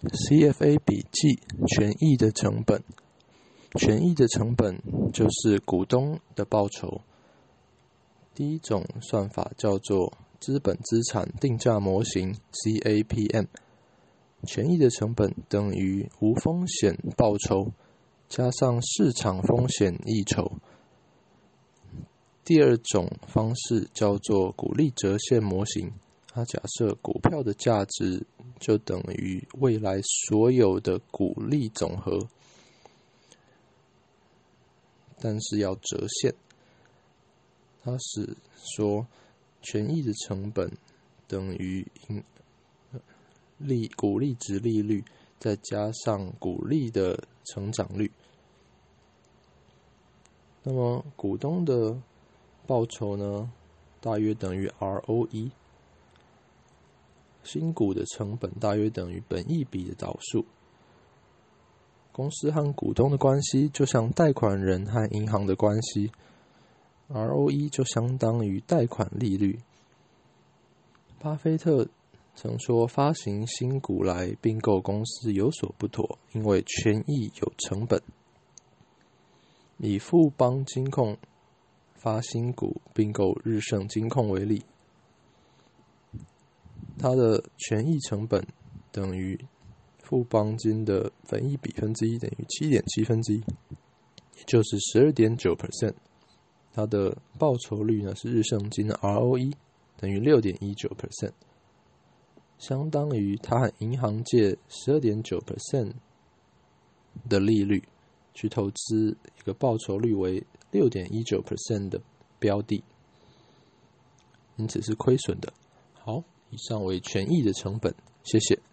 CFA 笔记权益的成本。权益的成本就是股东的报酬。第一种算法叫做资本资产定价模型 CAPM， 权益的成本等于无风险报酬加上市场风险溢酬。第二种方式叫做股利折现模型，它假设股票的价值就等于未来所有的股利总和，但是要折现。它是说权益的成本等于股利殖利率再加上股利的成长率。那么股东的报酬呢，大约等于 ROE， 新股的成本大约等于本益比的导数。公司和股东的关系就像贷款人和银行的关系， ROE 就相当于贷款利率。巴菲特曾说，发行新股来并购公司有所不妥，因为权益有成本。以富邦金控发新股并购日盛金控为例，它的权益成本等于富邦金的本益比分之一等于 7.7%， 也就是 12.9%。 它的报酬率呢是日盛金的 ROE 等于 6.19%， 相当于它和银行借 12.9% 的利率去投资一个报酬率为 6.19% 的标的，因此是亏损的。好，以上为权益的成本，谢谢。